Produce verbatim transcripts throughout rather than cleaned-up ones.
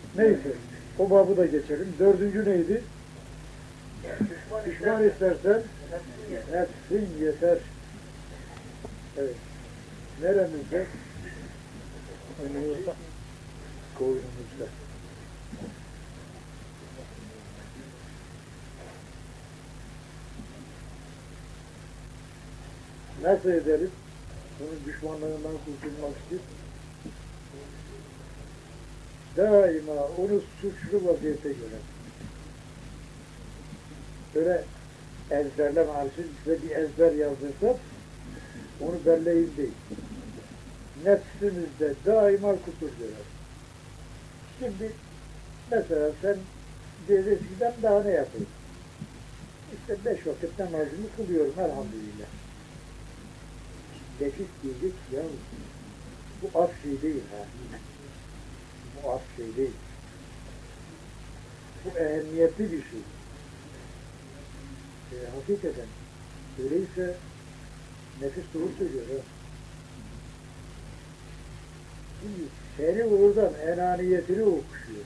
Neyse. O babı da geçelim. Dördüncü neydi? Düşman, Düşman istersen nefsin yeter. Evet. Neremizde? Önümüzde. Koynumuzda. Nasıl edelim? Bunun düşmanlarından kurtulmak için daima onu suçlu vaziyete göre. Böyle ezberleme arşın size bir ezber yazdırsam onu belleyin değil. Nefsimizde daima kusur görer. Şimdi mesela sen diyeceksin ki ben daha ne yapayım? İşte beş vakit namazımı kılıyorum elhamdülillah. Nefis diyecek ya bu az şey değil ha. Bu az şey değil. Bu ehemmiyetli bir şey. E, hakikaten öyleyse nefis doğru söylüyor ha. Şimdi seni oradan enaniyetini okşuyor.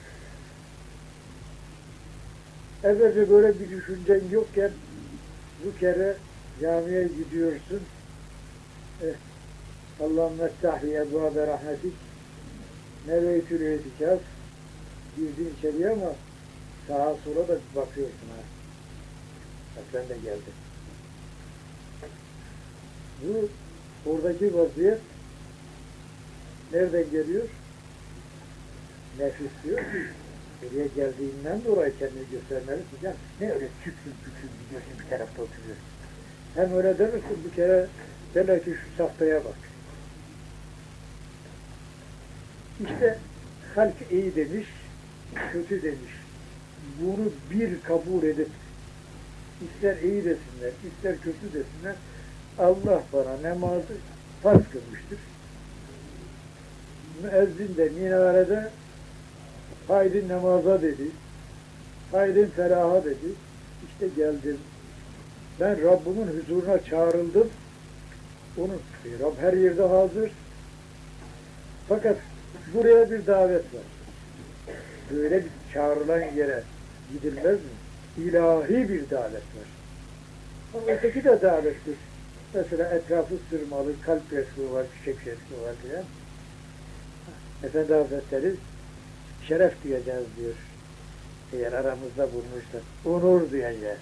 Evvelce böyle bir düşüncen yokken bu kere camiye gidiyorsun. Eh, Allah'ım mettahi ebvâbe rahmetik neveytül etikâf girdin içeriye ama sağa sola da bakıyorsun ha. Bak ben de geldim. Bu oradaki vaziyet nereden geliyor? Nefis diyor ki buraya geldiğinden dolayı kendini göstermelisin. Ya, ne öyle küçük küçük gidiyorsun bir tarafta oturuyorsun. Hem öyle demişsin bir kere demek ki şu sahtaya bak. İşte halk iyi demiş, kötü demiş. Bunu bir kabul edip ister iyi desinler, ister kötü desinler Allah bana namazı farz kılmıştır. Müezzin de minarede haydin namaza dedi, haydin felaha dedi. İşte geldim. Ben Rabbimin huzuruna çağrıldım. Onun Rab her yerde hazır. Fakat buraya bir davet var. Böyle bir çağrılan yere gidilmez mi? İlahi bir davet var. Ama öteki de davettir. Mesela etrafı sırmalı, kalp resmi var, çiçek resmi var diye. Efendi Hazretleri şeref duyacağız diyor. Eğer aramızda bulmuşsa. Onur duyacağız.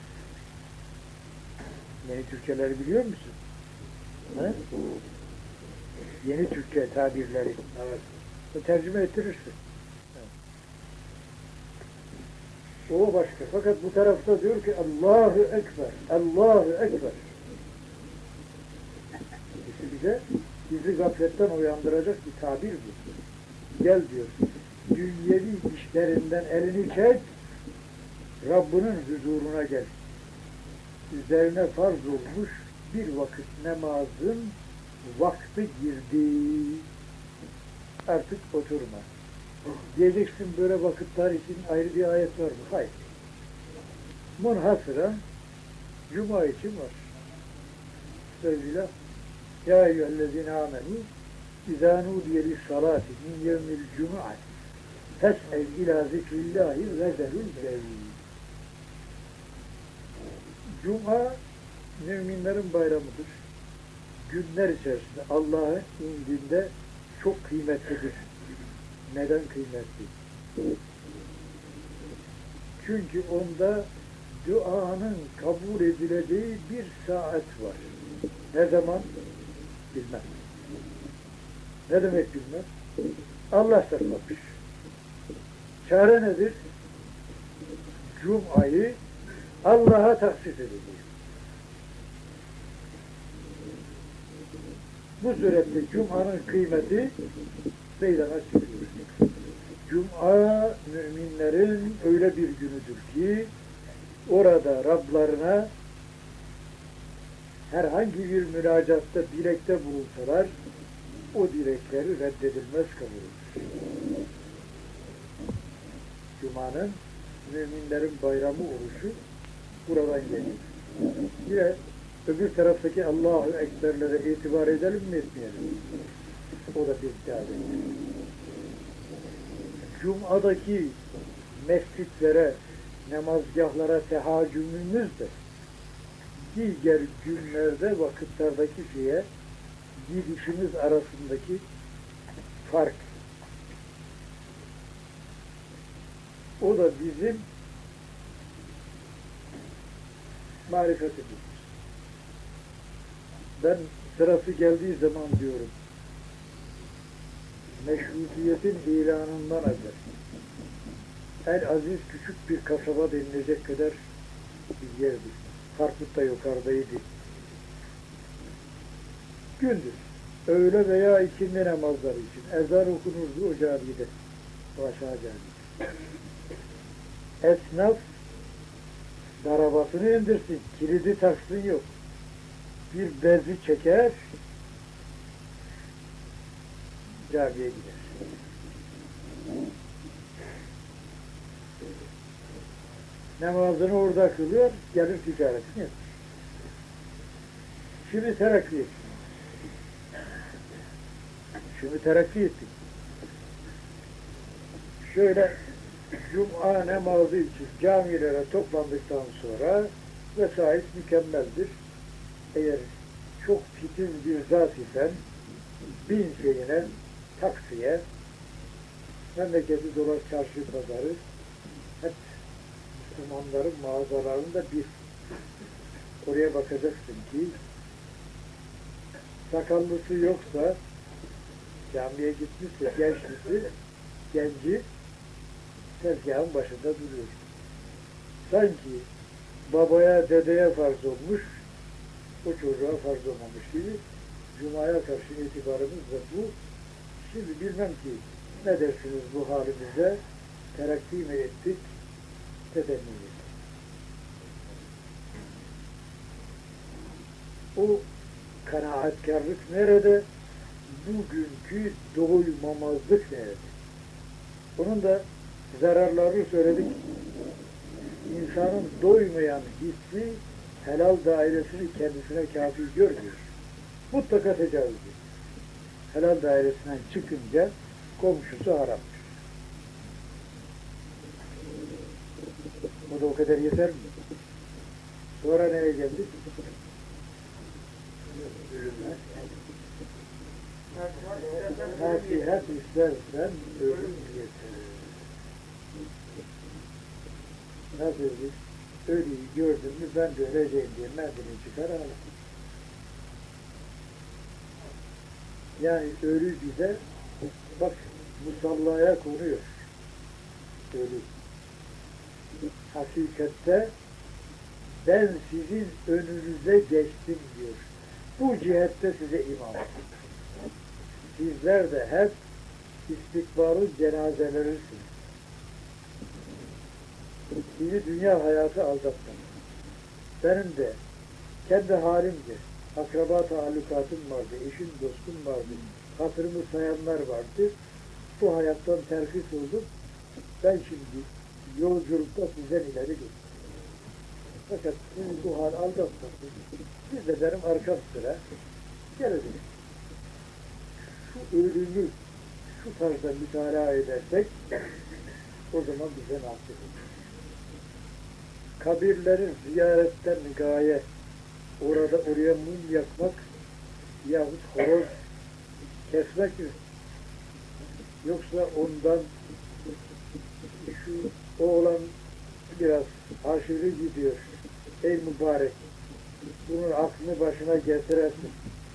Yeni Türkçeleri biliyor musun? Ha? Yeni Türkçe tabirleri. Evet. O tercüme ettirirsin. Evet. O başka. Fakat bu tarafta diyor ki Allahu Ekber. Allahu Ekber. İşte bize bizi gafletten uyandıracak bir tabir bu. Gel diyor. Dünyevi işlerinden elini çek. Rabbinin huzuruna gel. Üzerine farz olmuş bir vakit namazın vakti girdi. Artık oturma. Diyeceksin böyle vakitler için ayrı bir ayet var mı? Hayır. Munhasıra Cuma için var. Sözüyle Ya eyyühellezine amenü İzâ nudiye lissalâti min yevmil cum'ati fes'ev ilâ zikrillâhi ve zerul beyî. Cuma müminlerin bayramıdır. Günler içerisinde Allah'ın indinde çok kıymetlidir. Neden kıymetli? Çünkü onda duanın kabul edileceği bir saat var. Ne zaman? Bilmem. Ne demek bilmem? Allah saklamış. Çare nedir? Cuma'yı Allah'a tahsis ediliyor. Bu surette Cuma'nın kıymeti meydana çıkıyor. Cuma müminlerin öyle bir günüdür ki orada Rablarına herhangi bir müracatta, dilekte bulunsalar o dilekleri reddedilmez kabul edilir. Cuma'nın müminlerin bayramı oluşu buradan geliyor. Yine öbür taraftaki Allahu Ekberlere itibar edelim mi etmeyelim? O da bir davet. Cuma'daki mescitlere, namazgahlara tehaccümümüz de diğer günlerde vakitlerdeki şeye gidişimiz arasındaki fark. O da bizim marifetimiz. Ben sırası geldiği zaman diyorum, meşrutiyetin ilanından evvel El Aziz küçük bir kasaba denilecek kadar bir yerdi. Harput'ta yukarıdaydı. Gündüz, öğle veya ikindi namazları için ezan okunurdu o camide. O aşağı camide. Esnaf darabasını indirsin, kilidi taksın yok. Bir bezi çeker, camiye gider. Namazını orada kılıyor, gelir ticaretini yapar. Şimdi terakki ettik. Şimdi terakki ettik. Şöyle Cuma namazı için camilere toplandıktan sonra vesait mükemmeldir. Eğer çok titiz bir zat isen bin şeyine, taksiye, memleketi dolar çarşı pazarı hep Müslümanların mağazalarında bir oraya bakacaksın ki sakallısı yoksa camiye gitmişse gençlisi, genci tezgahın başında duruyor. Sanki babaya, dedeye farz olmuş, o çocuğa farz olmamış gibi Cuma'ya karşı itibarımız da bu. Şimdi bilmem ki ne dersiniz bu halimize, terakki mi ettik, tedenni ettik. O kanaatkarlık nerede? Bugünkü doymamazlık nerede? Onun da zararlarını söyledik. İnsanın doymayan hissi helal dairesini kendisine kafi görmüyor. Mutlaka tecavüz ediyor. Helal dairesinden çıkınca komşusu haramdır. O da o kadar yeter mi? Sonra nereye geldik? Ölümler. Nasihat istersen ölüm yeter. Nasıl bir ölüyü gördün mü ben de öleceğim diye mendilini çıkar ağlar. Yani ölü bize bak musallaya konuyor. Ölü. Hakikatte ben sizin önünüze geçtim diyor. Bu cihette size imam. Sizler de hep istikbarı cenazelerisiniz. Sizi dünya hayatı aldattım. Benim de kendi halimce akraba taallukatım vardı, eşim dostum vardı, hatırımı sayanlar vardı. Bu hayattan terhis oldum. Ben şimdi yolculukta sizden ileri gittim. Fakat sizi bu hal aldatmadınız. Siz de benim arkam sıra geleceksiniz. Şu ölümü şu tarzda mütalaa edersek o zaman bize nasip olur. Kabirlerin ziyaretten gaye orada oraya mum yakmak yahut horoz kesmek mi? Yoksa ondan şu oğlan biraz aşırı gidiyor. Ey mübarek, bunun aklını başına getiresin.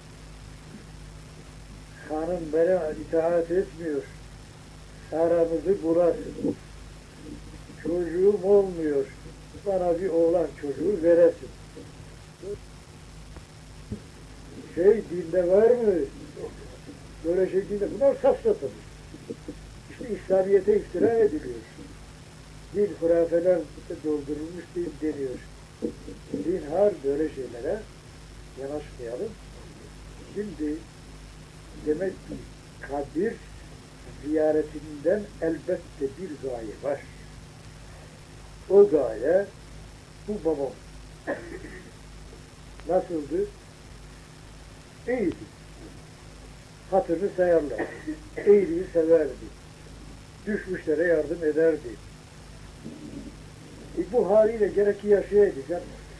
Hanım bana itaat etmiyor. Aramızı bulasın. Çocuğum olmuyor. Bana bir oğlan çocuğu veresin. Şey dinde var mı? Böyle şekilde bunlar safsatadır. İşte İslamiyet'e iftira ediliyor. Din hurafeler doldurulmuş din deniyor. Zinhar böyle şeylere yanaşmayalım. Şimdi demek ki kabir ziyaretinden elbette bir gaye var. O gaye bu babam. Nasıldı? İyiydi. 'Hatırını sayarlar. İyiliği severdi. düşmüşlere yardım ederdi. E bu haliyle gerek ki yaşayaydı canım.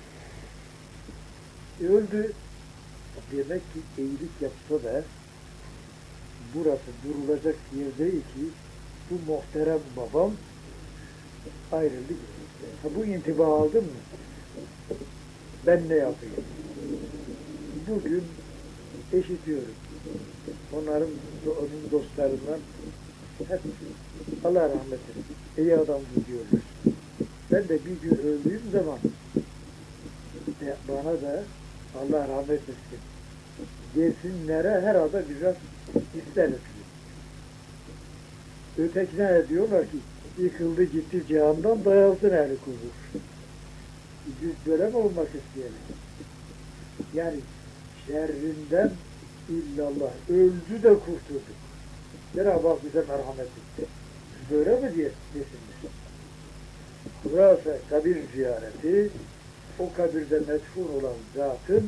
E öldü. Demek ki iyilik yapsa da burası durulacak yer değil ki bu muhterem babam ayrıldı gitti. Ha, bu intiba aldın mı? Ben ne yapayım? Bugün eşitiyorum. Onların, onun dostlarından hep Allah rahmet eylesin. İyi adam diyorlar. Ben de bir gün öldüğüm zaman de bana da Allah rahmet etsin desinlere herhalde biraz isteriz. Ötekine diyorlar ki yıkıldı gitti cihandan dayalsın ehli kubur. Biz böyle mi olmak isteyelim? Yani şerrinden illallah öldü de kurtulduk. Cenab-ı Hak bize merhamet etti. Böyle mi diye desinler? Burası kabir ziyareti, o kabirde metfun olan zatın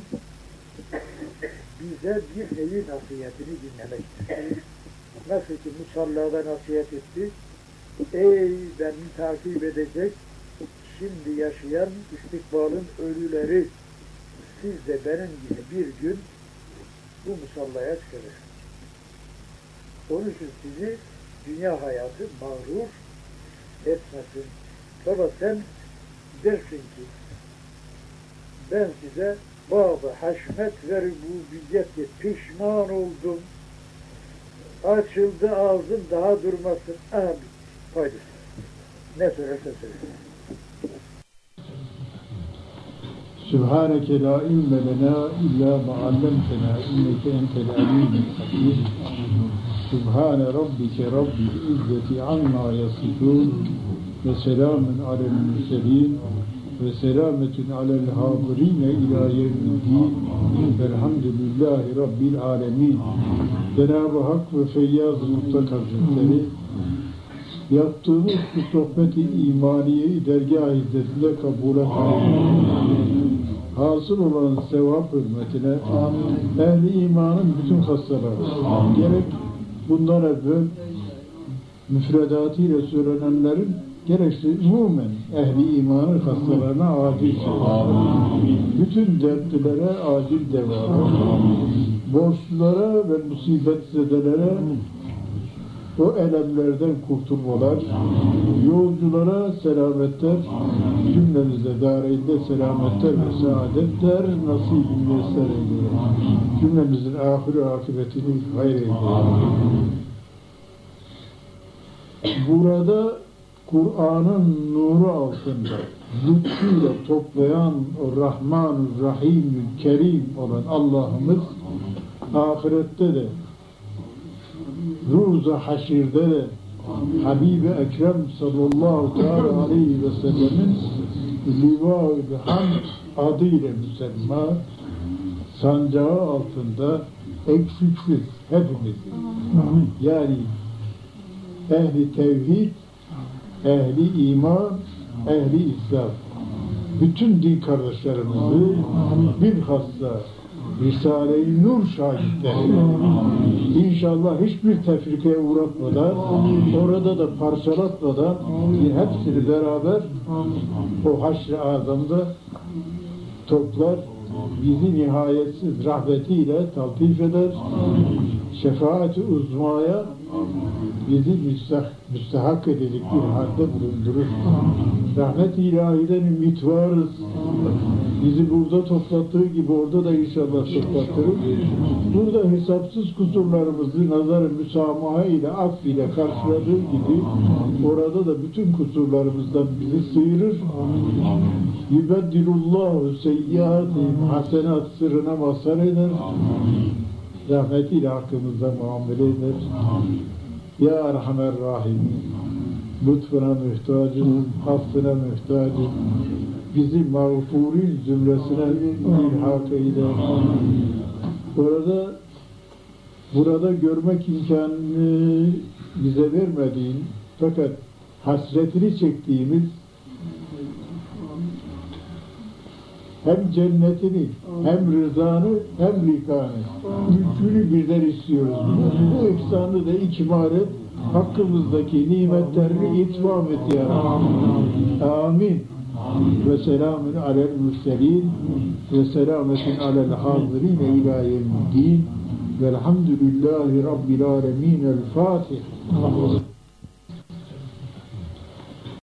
bize bir nevi nasihatini dinlemektir. Nasıl ki musallada nasihat etti, ey beni takip edecek, şimdi yaşayan istikbalın ölüleri, siz de benim gibi bir gün bu musallaya çıkacaksınız. Onun için sizi dünya hayatı mağrur etmesin. Baba sen dersin ki ben size bazı haşmet ve rububiyetle pişman oldum. Açıldı ağzım daha durmasın. Aha faydası. Ne söylersen söylesin. Sübhaneke la ilme lena illa ma allamtena inneke entel alimul hakim. Sübhane rabbike rabbil izzeti amma yasifun ve selamun alel murselin ve selametun alel hadirine ila yevmiddin velhamdülillahi rabbil alemin. Cenab-ı Hak ve Feyyaz-ı Mutlak Hazretleri yaptığımız bu sohbeti imaniyeyi dergâh izzetinde kabule kayın. Hasıl olan sevap hürmetine ehli imanın bütün hastaları gerek bundan evvel müfredatıyla söylenenlerin gerekse umumen ehli imanın hastalarına acil şifa. Bütün dertlilere acil deva. Borçlulara ve musibetzedelere o elemlerden kurtulmalar, yolculara selametler, cümlemize dairinde selametler ve saadetler nasip müyesser eyle. Cümlemizin ahir akıbetini hayır eyle. Burada Kur'an'ın nuru altında lütfuyla toplayan o Rahman-ı Rahim-ü Kerim olan Allah'ımız ahirette de Ruz-u Haşir'de de Habib-i Ekrem sallallahu teala aleyhi ve sellemin Liva-ı Hamd adıyla müsemma sancağı altında eksiksiz hepimizin yani ehli tevhid, ehli iman, ehli İslam bütün din kardeşlerimizi bilhassa Risale-i Nur şahitleri İnşallah hiçbir tefrikaya uğratmadan orada da parçalatmadan hepsini beraber o haşr-ı azamda toplar bizi nihayetsiz rahmetiyle taltif eder şefaat-i uzmaya bizi müstah, müstahak edecek bir halde bulundurur. Rahmet-i ilahiden ümit varız. Bizi burada toplattığı gibi orada da inşallah toplatırız. Burada hesapsız kusurlarımızı nazar-ı müsamaha ile af ile karşıladığı gibi orada da bütün kusurlarımızdan bizi sıyırır. Yübeddilullahu seyyiatihim hasenat sırrına mazhar eder. Rahmetiyle hakkımızda muamele eder. Ya Erhamer Rahim, lütfuna muhtacız, affına muhtacız, bizi mağfurin zümresine ilhak eyle. Orada, burada görmek imkanını bize vermediğin, fakat hasretini çektiğimiz hem cennetini, hem rızanı, hem likanı. Üçünü birden istiyoruz. Bu ihsanı da ikmal et. hakkımızdaki nimetlerini itmam et ya Rabbi. Amin. Ve selamun alel mürselin ve selametun alel hazirine ila yevmiddin velhamdülillahi rabbil alemin. El Fatiha.